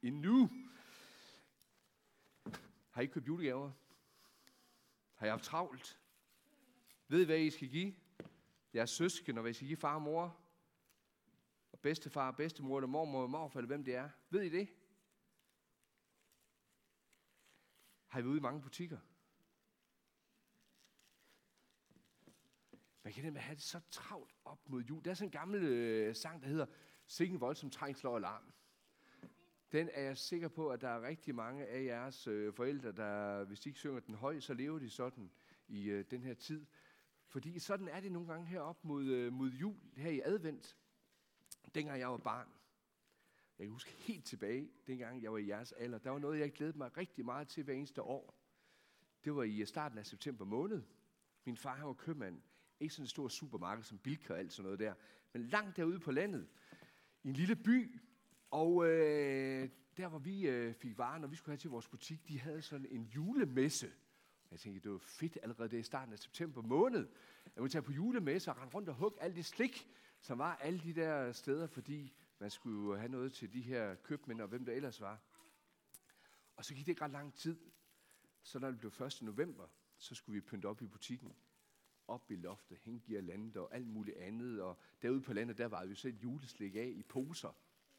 endnu. Har I købt julegaver? Har I haft travlt? Ved I, hvad I skal give jeres søskende, og hvad I skal give far og mor? Og bedstefar, bedstemor, eller mormor og morfar, eller hvem det er? Ved I det? Har I været ude i mange butikker? Man kan nemlig have det så travlt op mod jul. Der er sådan en gammel sang, der hedder Sikken voldsom trængsel og alarm. Den er jeg sikker på, at der er rigtig mange af jeres forældre, der, hvis de ikke synger den højt, så lever de sådan i den her tid. Fordi sådan er det nogle gange herop mod jul, her i advent. Dengang jeg var barn, jeg kan huske helt tilbage, dengang jeg var i jeres alder, der var noget, jeg glædede mig rigtig meget til hver eneste år. Det var i starten af september måned. Min far var købmand. Ikke sådan et stort supermarked som Bilka og alt sådan noget der, men langt derude på landet, i en lille by. Og der hvor vi fik varer, når vi skulle have til vores butik, de havde sådan en julemesse. Jeg tænkte, det var fedt allerede det i starten af september måned. Jeg ville tage på julemesse og rende rundt og hugge alt det slik, som var alle de der steder, fordi man skulle jo have noget til de her købmænd og hvem der ellers var. Og så gik det ikke ret lang tid. Så når det blev 1. november, så skulle vi pynte op i butikken. Op i loftet, hænge girlander og alt muligt andet. Og derude på landet, der var vi selv juleslik af i poser.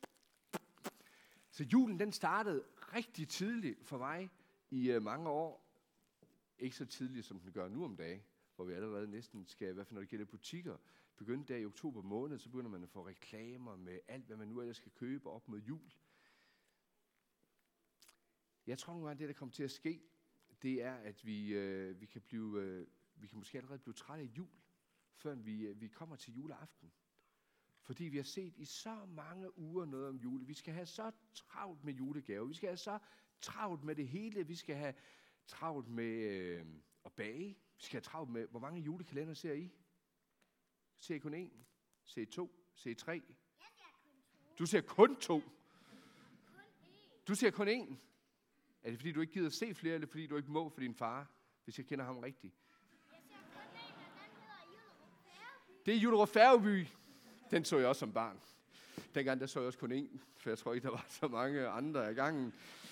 Så julen, den startede rigtig tidligt for mig i mange år. Ikke så tidligt, som den gør nu om dagen, hvor vi allerede næsten skal, i hvert fald når det gælder butikker, begynde der i oktober måned, så begynder man at få reklamer med alt, hvad man nu ellers skal købe op mod jul. Jeg tror nogle gange, det der kommer til at ske, det er, at vi kan måske allerede blive trætte af jul, før vi kommer til juleaften. Fordi vi har set i så mange uger noget om jule. Vi skal have så travlt med julegaver. Vi skal have så travlt med det hele. Vi skal have travlt med at bage. Vi skal have travlt med, hvor mange julekalender ser I? Ser I kun én? Ser I 2? Ser I 3? Jeg ser kun 2. Du ser kun 2? Kun 1. Du ser kun 1? Er det fordi, du ikke gider se flere, eller fordi du ikke må for din far, hvis jeg kender ham rigtigt? Jeg ser kun 1, og den hedder Jullerup Færgeby. Det er Jullerup Færgeby. Den så jeg også som barn. Dengang der så jeg også kun 1, for jeg tror ikke, der var så mange andre af gangen.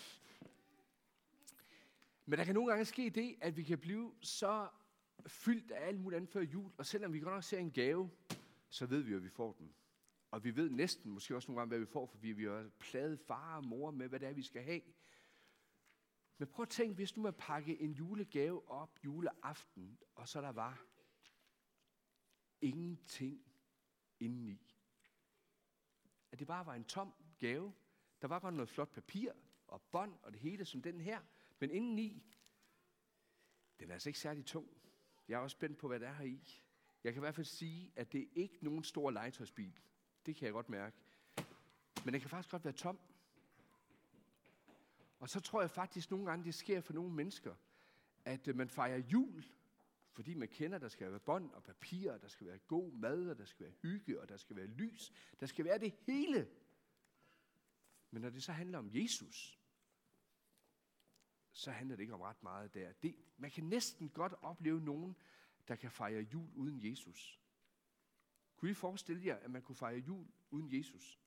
Men der kan nogle gange ske det, at vi kan blive så fyldt af alt muligt andet før jul, og selvom vi godt nok ser en gave, så ved vi jo, at vi får den. Og vi ved næsten måske også nogle gange, hvad vi får, fordi vi har plaget far og mor med, hvad det er, vi skal have. Men prøv at tænke, hvis nu man pakke en julegave op juleaften, og så der var ingenting indeni. At det bare var en tom gave. Der var godt noget flot papir og bånd og det hele som den her. Men indeni, den er altså ikke særlig tung. Jeg er også spændt på, hvad der er her i. Jeg kan i hvert fald sige, at det er ikke nogen stor legetøjsbil. Det kan jeg godt mærke. Men den kan faktisk godt være tom. Og så tror jeg faktisk nogle gange, det sker for nogle mennesker, at man fejrer jul, fordi man kender, at der skal være bånd og papir, og der skal være god mad, og der skal være hygge, og der skal være lys. Der skal være det hele. Men når det så handler om Jesus, så handler det ikke om ret meget der. Man kan næsten godt opleve nogen, der kan fejre jul uden Jesus. Kunne I forestille jer, at man kunne fejre jul uden Jesus?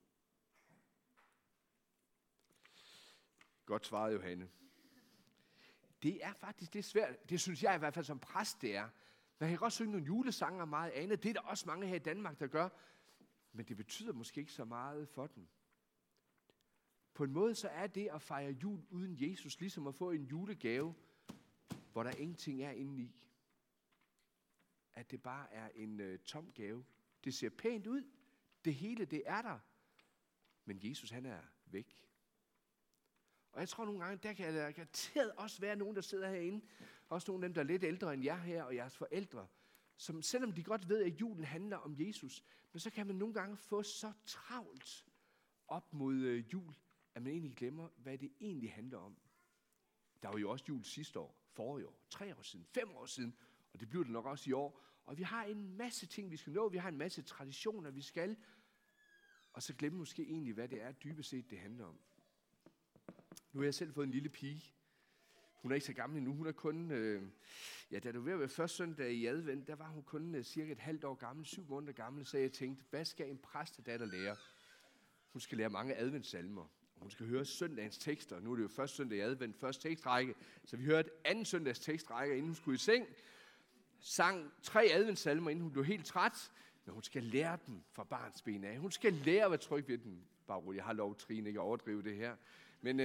Godt svaret, Johanne. Det er faktisk det svært. Det synes jeg i hvert fald som præst, det er. Man kan godt synge nogle julesange og meget andet. Det er der også mange her i Danmark, der gør. Men det betyder måske ikke så meget for dem. På en måde så er det at fejre jul uden Jesus, ligesom at få en julegave, hvor der ingenting er indeni. At det bare er en tom gave. Det ser pænt ud. Det hele, det er der. Men Jesus, han er væk. Og jeg tror nogle gange, der kan der garanteret også være nogen, der sidder herinde, også nogle af dem, der er lidt ældre end jer her, og jeres forældre, som selvom de godt ved, at julen handler om Jesus, men så kan man nogle gange få så travlt op mod jul, at man egentlig glemmer, hvad det egentlig handler om. Der var jo også jul sidste år, forrige år, 3 år siden, 5 år siden, og det bliver det nok også i år. Og vi har en masse ting, vi skal nå, vi har en masse traditioner, vi skal, og så glemmer måske egentlig, hvad det er dybest set, det handler om. Nu har jeg selv fået en lille pige. Hun er ikke så gammel endnu. Hun er kun, da det var ved at være første søndag i advent, der var hun kun cirka et halvt år gammel, 7 måneder gammel, så jeg tænkte, hvad skal en præstedatter lære? Hun skal lære mange adventssalmer. Hun skal høre søndagens tekster. Nu er det jo første søndag i advent, første tekstrække. Så vi hørte anden søndags tekstrække, inden hun skulle i seng. Sang 3 adventssalmer, inden hun blev helt træt. Men hun skal lære dem fra barns ben af. Hun skal lære at være tryg ved dem. Bare roligt, jeg har lov, Trine, ikke at overdrive det her. Men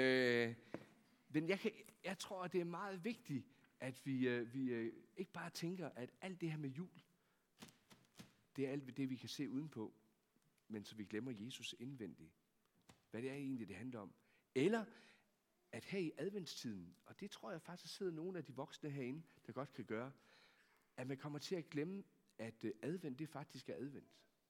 jeg tror, at det er meget vigtigt, at vi ikke bare tænker, at alt det her med jul, det er alt det, vi kan se udenpå, men så vi glemmer Jesus indvendigt. Hvad det er egentlig, det handler om. Eller at her i adventstiden, og det tror jeg faktisk sidder nogle af de voksne herinde, der godt kan gøre, at man kommer til at glemme, at advent, det faktisk er advent.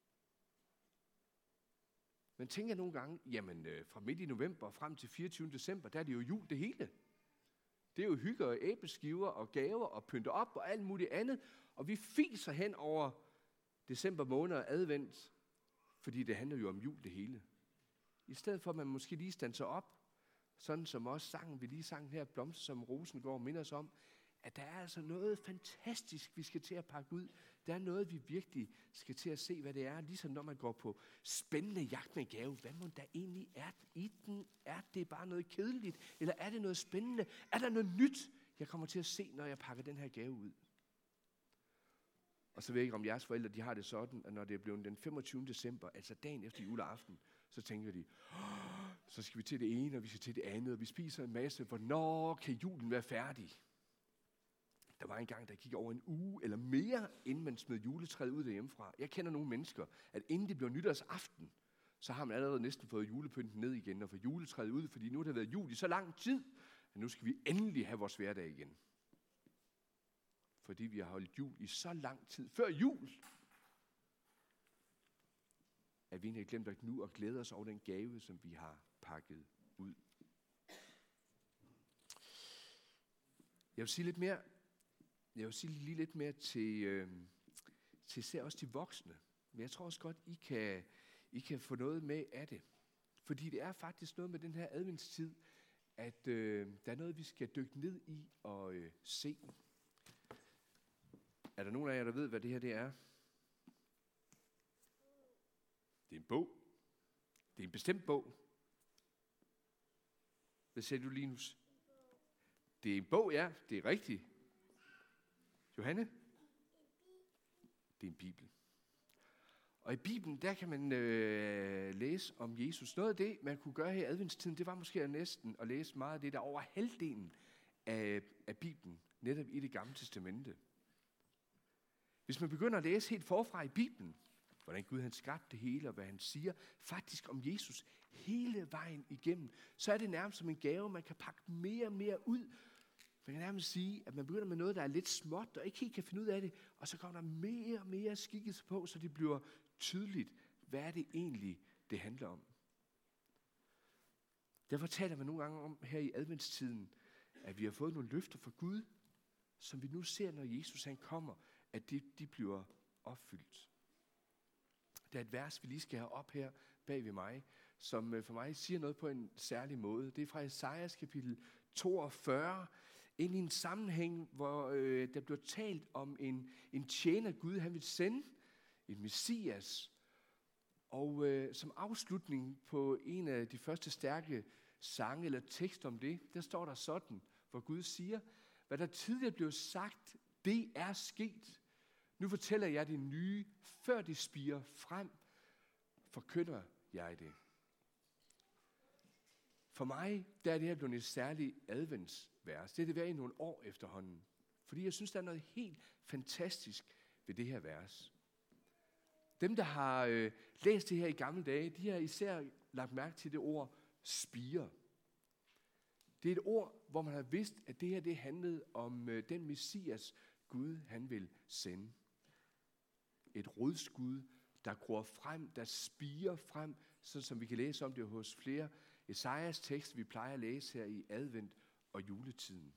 Man tænker nogle gange, jamen fra midt i november frem til 24. december, der er det jo jul det hele. Det er jo hygge og æbleskiver og gaver og pynte op og alt muligt andet. Og vi fiser hen over december måned og advent, fordi det handler jo om jul det hele. I stedet for, at man måske lige standser op, sådan som også sangen, vi lige sang her, Blomster som Rosengård, minder os om, at der er altså noget fantastisk, vi skal til at pakke ud. Der er noget, vi virkelig skal til at se, hvad det er. Ligesom når man går på spændende jagt med en gave. Hvad må der egentlig er i den? Er det bare noget kedeligt? Eller er det noget spændende? Er der noget nyt, jeg kommer til at se, når jeg pakker den her gave ud? Og så ved jeg ikke, om jeres forældre de har det sådan, at når det er blevet den 25. december, altså dagen efter juleaften, så tænker de, så skal vi til det ene, og vi skal til det andet, og vi spiser en masse. Hvornår kan julen være færdig? Der var en gang, der gik over en uge eller mere, inden man smed juletræet ud derhjemmefra. Jeg kender nogle mennesker, at inden det blev nytårsaften, så har man allerede næsten fået julepynten ned igen og fået juletræet ud, fordi nu har det været jul i så lang tid, at nu skal vi endelig have vores hverdag igen. Fordi vi har holdt jul i så lang tid før jul, at vi egentlig har glemt at nu og glæde os over den gave, som vi har pakket ud. Jeg vil sige lige lidt mere til især også de voksne. Men jeg tror også godt, I kan få noget med af det. Fordi det er faktisk noget med den her adventstid, at der er noget, vi skal dykke ned i og se. Er der nogen af jer, der ved, hvad det her det er? Det er en bog. Det er en bestemt bog. Hvad siger du, Linus? Det er en bog, ja. Det er rigtigt. Johanne? Det er en bibel. Og i Bibelen, der kan man læse om Jesus. Noget af det, man kunne gøre her i adventstiden, det var måske næsten at læse meget af det, der over halvdelen af Bibelen, netop i Det Gamle Testamente. Hvis man begynder at læse helt forfra i Bibelen, hvordan Gud han skabte det hele, og hvad han siger faktisk om Jesus hele vejen igennem, så er det nærmest som en gave, man kan pakke mere og mere ud. Man kan nærmest sige, at man begynder med noget, der er lidt småt, og ikke helt kan finde ud af det, og så kommer der mere og mere skikkelse på, så det bliver tydeligt, hvad er det egentlig, det handler om. Derfor taler man nogle gange om her i adventstiden, at vi har fået nogle løfter fra Gud, som vi nu ser, når Jesus han kommer, at de bliver opfyldt. Der er et vers, vi lige skal have op her bag ved mig, som for mig siger noget på en særlig måde. Det er fra Esajas kapitel 42, ind i en sammenhæng, hvor der bliver talt om en tjener Gud, han vil sende, en messias. Og som afslutning på en af de første stærke sange eller tekst om det, der står der sådan, hvor Gud siger, hvad der tidligere blev sagt, det er sket. Nu fortæller jeg det nye, før det spirer frem, forkynder jeg det. For mig, der er det her blevet et særligt adventsvers. Det er det været i nogle år efterhånden. Fordi jeg synes, der er noget helt fantastisk ved det her vers. Dem, der har læst det her i gamle dage, de har især lagt mærke til det ord spire. Det er et ord, hvor man har vidst, at det her det handlede om den messias, Gud han vil sende. Et rodskud, der gror frem, der spirer frem, sådan som vi kan læse om det hos flere Esajas tekst, vi plejer at læse her i advent og juletiden.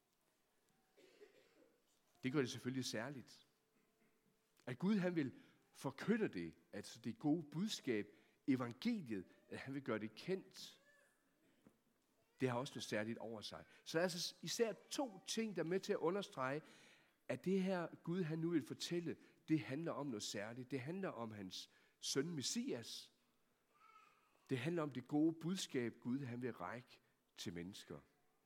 Det gør det selvfølgelig særligt. At Gud han vil forkynde det, altså det gode budskab, evangeliet, at han vil gøre det kendt. Det har også noget særligt over sig. Så der er altså især 2 ting, der er med til at understrege, at det her Gud han nu vil fortælle, det handler om noget særligt. Det handler om hans søn Messias. Det handler om det gode budskab, Gud han vil række til mennesker.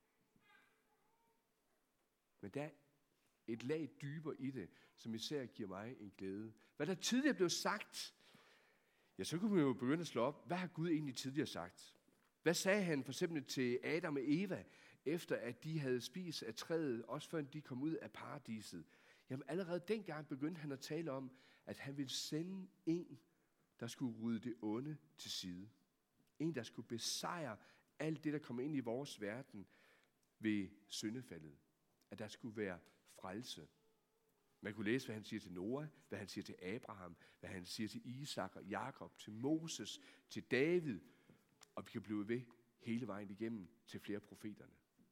Men der er et lag dybere i det, som især giver mig en glæde. Hvad der tidligere blev sagt, ja, så kunne man jo begynde at slå op. Hvad har Gud egentlig tidligere sagt? Hvad sagde han for eksempel til Adam og Eva, efter at de havde spist af træet, også før de kom ud af paradiset? Jamen allerede dengang begyndte han at tale om, at han ville sende en, der skulle rydde det onde til side. En, der skulle besejre alt det, der kom ind i vores verden ved syndefaldet. At der skulle være frelse. Man kunne læse, hvad han siger til Noah, hvad han siger til Abraham, hvad han siger til Isak og Jakob, til Moses, til David. Og vi kan blive ved hele vejen igennem til flere profeterne.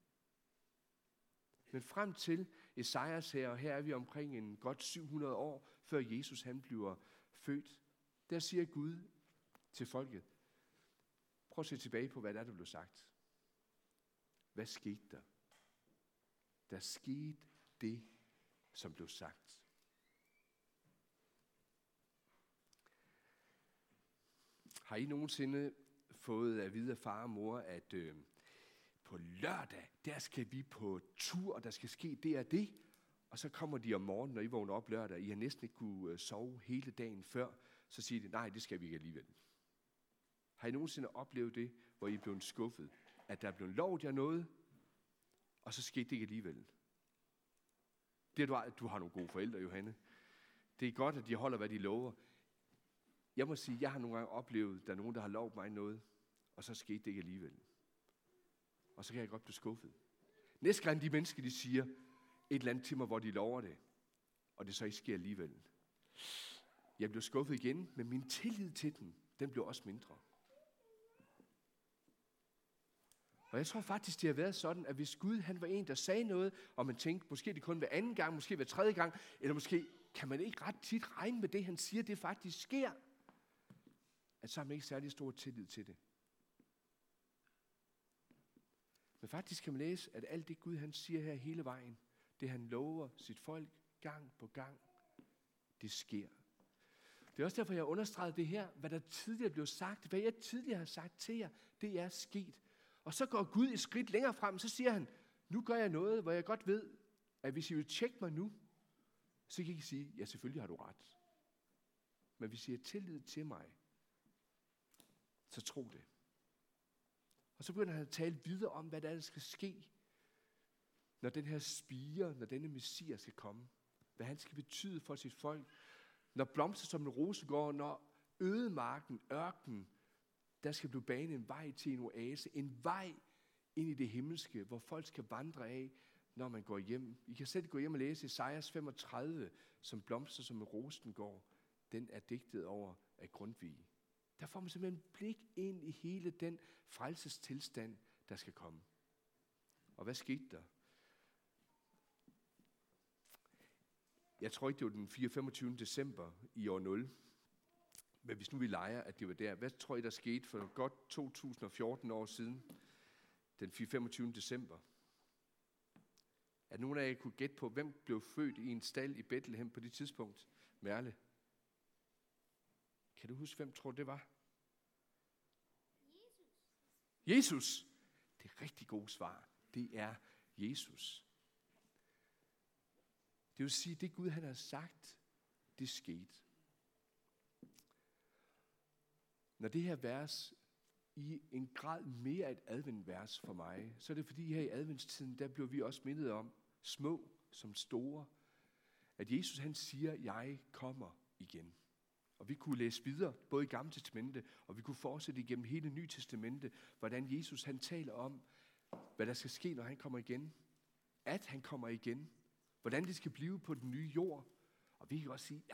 Men frem til Esajas her, og her er vi omkring en godt 700 år, før Jesus han bliver født, der siger Gud til folket, prøv at se tilbage på, hvad der blev sagt. Hvad skete der? Der skete det, som blev sagt. Har I nogensinde fået at vide af far og mor, at på lørdag, der skal vi på tur, og der skal ske det og det, og så kommer de om morgenen, når I vågner op lørdag, I har næsten ikke kunne sove hele dagen før, så siger de, nej, det skal vi ikke alligevel. Har I nogensinde oplevet det, hvor I er blevet skuffet, at der er blevet lovet jer noget, og så skete det ikke alligevel? Det er du har nogle gode forældre, Johanne. Det er godt, at de holder, hvad de lover. Jeg må sige, jeg har nogle gange oplevet, at der er nogen, der har lovet mig noget, og så skete det ikke alligevel. Og så kan jeg godt blive skuffet. Næste gang de mennesker, de siger et eller andet til mig, hvor de lover det, og det så ikke sker alligevel. Jeg bliver skuffet igen, men min tillid til dem, den bliver også mindre. Og jeg tror faktisk, det har været sådan, at hvis Gud han var en, der sagde noget, og man tænkte, måske det kun hver anden gang, måske hver tredje gang, eller måske kan man ikke ret tit regne med det, han siger, det faktisk sker, at så har man ikke særlig stor tillid til det. Men faktisk kan man læse, at alt det Gud han siger her hele vejen, det han lover sit folk gang på gang, det sker. Det er også derfor, jeg understreger det her, hvad der tidligere blev sagt, hvad jeg tidligere har sagt til jer, det er sket. Og så går Gud et skridt længere frem, så siger han, nu gør jeg noget, hvor jeg godt ved, at hvis I vil tjekke mig nu, så kan I sige, ja selvfølgelig har du ret. Men hvis I har tillid til mig, så tro det. Og så begynder han at tale videre om, hvad der skal ske, når den her spire, når denne messias skal komme. Hvad han skal betyde for sit folk. Når blomster som en rose går, når ødemarken, ørkenen, der skal blive banet en vej til en oase. En vej ind i det himmelske, hvor folk skal vandre af, når man går hjem. I kan selv gå hjem og læse Esajas 35, som blomster som en rosen går. Den er digtet over af Grundtvig. Der får man simpelthen blik ind i hele den frelsestilstand, der skal komme. Og hvad skete der? Jeg tror ikke, det var den 24. december i år 0. Men hvis nu vi leger, at det var der, hvad tror I, der skete for godt 2014 år siden? Den 25. december. At nogen af jer kunne gætte på, hvem blev født i en stald i Bethlehem på det tidspunkt? Merle. Kan du huske, hvem tror det var? Jesus. Det er rigtig gode svar. Det er Jesus. Det vil sige, det Gud han har sagt, det skete. Når det her vers i en grad mere et adventvers for mig, så er det fordi her i adventstiden, der bliver vi også mindet om, små som store, at Jesus han siger, jeg kommer igen. Og vi kunne læse videre, både i Gamle Testamente, og vi kunne fortsætte igennem hele Nye Testamente, hvordan Jesus han taler om, hvad der skal ske, når han kommer igen. At han kommer igen. Hvordan det skal blive på den nye jord. Og vi kan også sige,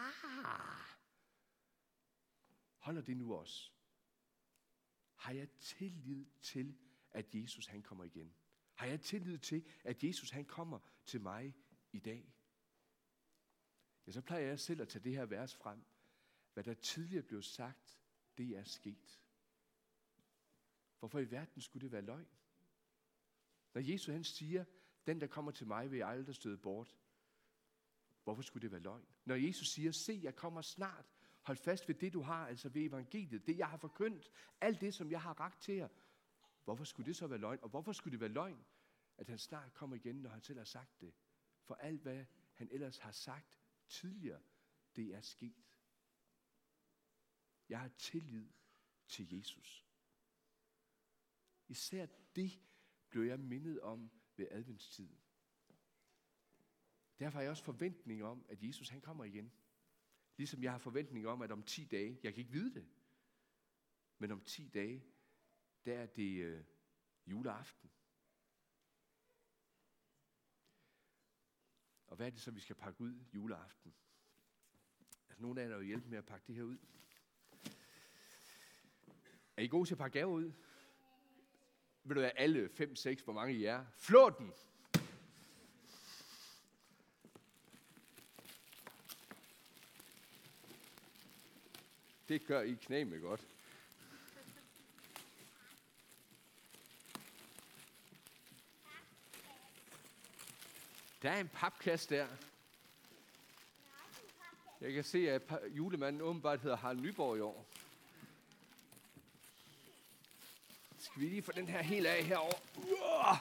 holder det nu også? Har jeg tillid til, at Jesus han kommer igen? Har jeg tillid til, at Jesus han kommer til mig i dag? Ja, så plejer jeg selv at tage det her vers frem. Hvad der tidligere blev sagt, det er sket. Hvorfor i verden skulle det være løgn? Når Jesus han siger, den der kommer til mig vil jeg aldrig støde bort. Hvorfor skulle det være løgn? Når Jesus siger, se jeg kommer snart, Hold fast ved det, du har, altså ved evangeliet. Det, jeg har forkyndt. Alt det, som jeg har rakt til jer. Hvorfor skulle det så være løgn? Og hvorfor skulle det være løgn, at han snart kommer igen, når han selv har sagt det? For alt, hvad han ellers har sagt tidligere, det er sket. Jeg har tillid til Jesus. Især det blev jeg mindet om ved adventstiden. Derfor har jeg også forventning om, at Jesus han kommer igen. Ligesom jeg har forventning om, at om 10 dage, jeg kan ikke vide det, men om 10 dage, der er det juleaften. Og hvad er det så, vi skal pakke ud juleaften? Altså, nogle af jer er jo hjælpe med at pakke det her ud. Er I gode til at pakke gaver ud? Vil du have alle 5, 6, hvor mange I er? Flå den! Det gør I knæme godt. Der er en papkasse der. Jeg kan se, at julemanden åbenbart hedder Harald Nyborg i år. Skal vi lige få den her helt af herovre?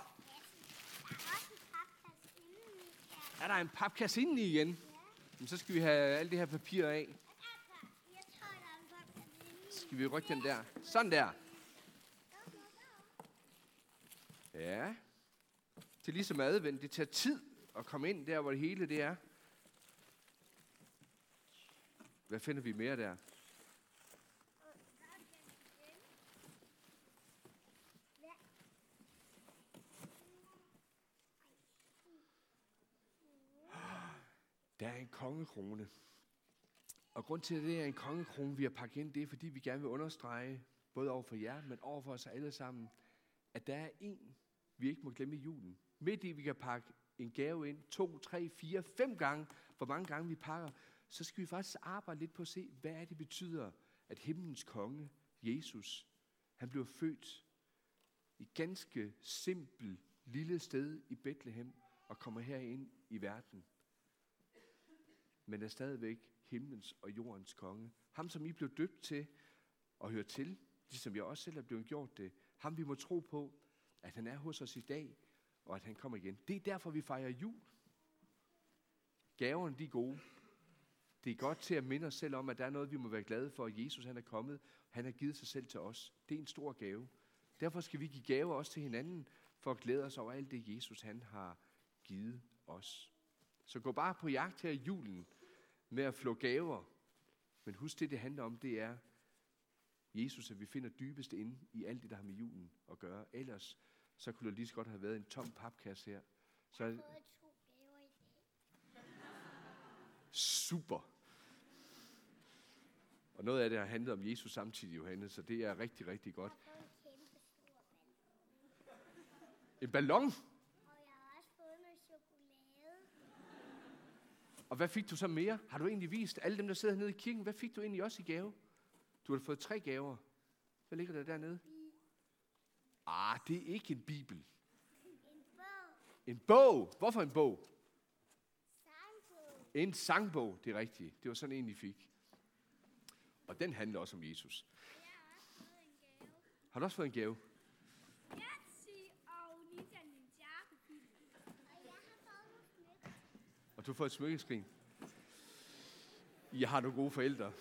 Er der en papkasse indeni igen? Men så skal vi have alt det her papir af. Skal vi rykke den der? Sådan der. Ja. Det er ligesom advent. Det tager tid at komme ind der, hvor det hele det er. Hvad finder vi mere der? Der er en kongekrone. Og grund til, at det er en kongekrone, vi har pakket ind, det er, fordi vi gerne vil understrege, både over for jer, men over for os alle sammen, at der er en, vi ikke må glemme i julen. Midt i, vi kan pakke en gave ind 2, 3, 4, 5 gange, hvor mange gange vi pakker, så skal vi faktisk arbejde lidt på at se, hvad er det betyder, at himlens konge, Jesus, han blev født i et ganske simpelt lille sted i Bethlehem og kommer herind i verden. Men er stadigvæk himlens og jordens konge. Ham, som I blev døbt til og høre til, ligesom jeg også selv er blevet gjort det. Ham, vi må tro på, at han er hos os i dag, og at han kommer igen. Det er derfor, vi fejrer jul. Gaverne, de er gode. Det er godt til at minde os selv om, at der er noget, vi må være glade for, at Jesus han er kommet. Han har givet sig selv til os. Det er en stor gave. Derfor skal vi give gaver også til hinanden, for at glæde os over alt det, Jesus han har givet os. Så gå bare på jagt her i julen med at flå gaver. Men husk det handler om, det er Jesus, at vi finder dybest inde i alt det, der har med julen at gøre. Ellers, så kunne det lige så godt have været en tom papkasse her. Så Jeg har fået 2 gaver i dag. super. Og noget af det har handlet om Jesus samtidig, Johannes, så det er rigtig, rigtig godt. Jeg har fået en kæmpe stor ballon. En ballon? Og jeg har også fået noget chokolade. Og hvad fik du så mere? Har du egentlig vist alle dem, der sidder nede i kirken? Hvad fik du egentlig også i gave? Du har fået 3 gaver. Hvad ligger der dernede? Det er ikke en bibel. En bog. En bog? Hvorfor en bog? Sangbog. En sangbog, det er rigtigt. Det var sådan en, I fik. Og den handler også om Jesus. Jeg har også fået en gave. Har du også fået en gave? Yatzy og Ninja Ninjago-film. Og jeg har fået nogle smykker. Og du har fået et smykkeskrin. I har nogle gode forældre.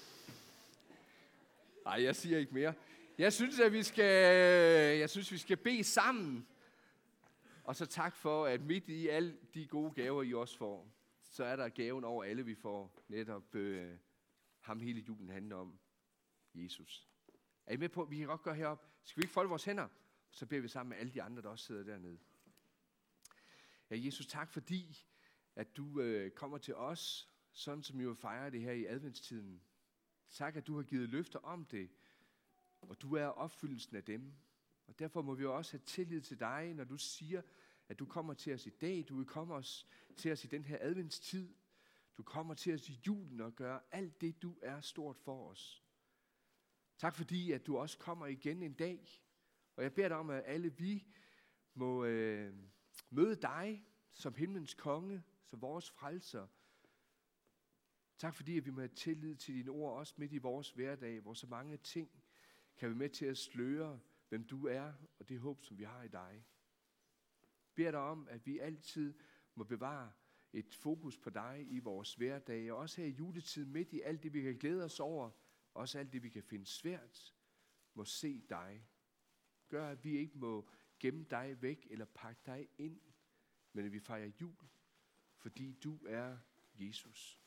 Nej, jeg siger ikke mere. Jeg synes, vi skal bede sammen. Og så tak for, at midt i alle de gode gaver, I også får, så er der gaven over alle, vi får. Netop ham hele julen handler om. Jesus. Er I med på, vi kan godt gøre herop? Skal vi ikke folde vores hænder? Så beder vi sammen med alle de andre, der også sidder dernede. Ja, Jesus, tak fordi, at du kommer til os, sådan som vi jo fejrer det her i adventstiden. Tak, at du har givet løfter om det, og du er opfyldelsen af dem. Og derfor må vi jo også have tillid til dig, når du siger, at du kommer til os i dag. Du vil komme til os i den her adventstid. Du kommer til os i julen og gør alt det, du er stort for os. Tak fordi, at du også kommer igen en dag. Og jeg beder dig om, at alle vi må møde dig som himlens konge, som vores frelser. Tak fordi, at vi må have tillid til dine ord, også midt i vores hverdag, hvor så mange ting kan være med til at sløre, hvem du er, og det håb, som vi har i dig. Jeg beder dig om, at vi altid må bevare et fokus på dig i vores hverdag, og også her i juletid, midt i alt det, vi kan glæde os over, også alt det, vi kan finde svært, må se dig. Gør, at vi ikke må gemme dig væk eller pakke dig ind, men at vi fejrer jul, fordi du er Jesus.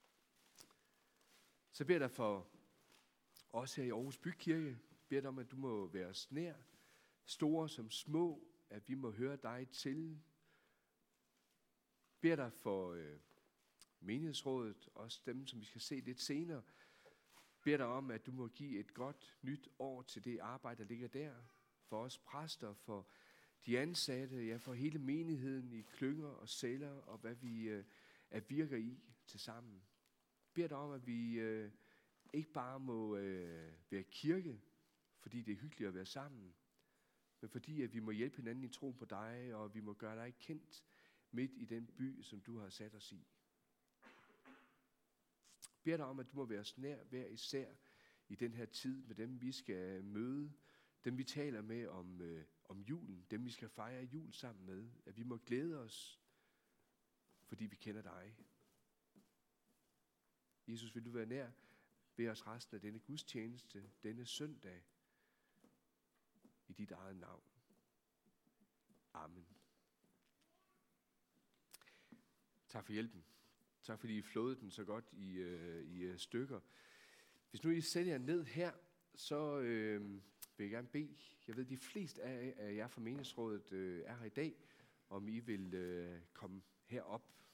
Så beder jeg dig for os her i Aarhus Bykirke, beder dig om, at du må være os nær, store som små, at vi må høre dig til. Beder dig for menighedsrådet, også dem, som vi skal se lidt senere. Beder dig om, at du må give et godt nyt år til det arbejde, der ligger der. For os præster, for de ansatte, ja, for hele menigheden i klynger og celler, og hvad vi virker i til sammen. Beder dig om, at vi ikke bare må være kirke, fordi det er hyggeligt at være sammen, men fordi at vi må hjælpe hinanden i troen på dig, og vi må gøre dig kendt midt i den by, som du har sat os i. Beder dig om, at du må være os nær hver især i den her tid med dem, vi skal møde, dem vi taler med om julen, dem vi skal fejre jul sammen med, at vi må glæde os, fordi vi kender dig. Jesus, vil du være nær ved os resten af denne gudstjeneste, denne søndag, i dit eget navn. Amen. Tak for hjælpen. Tak fordi I flåede den så godt i stykker. Hvis nu I sætter jer ned her, så vil jeg gerne bede. Jeg ved, de fleste af jer fra menighedsrådet er her i dag, om I vil komme herop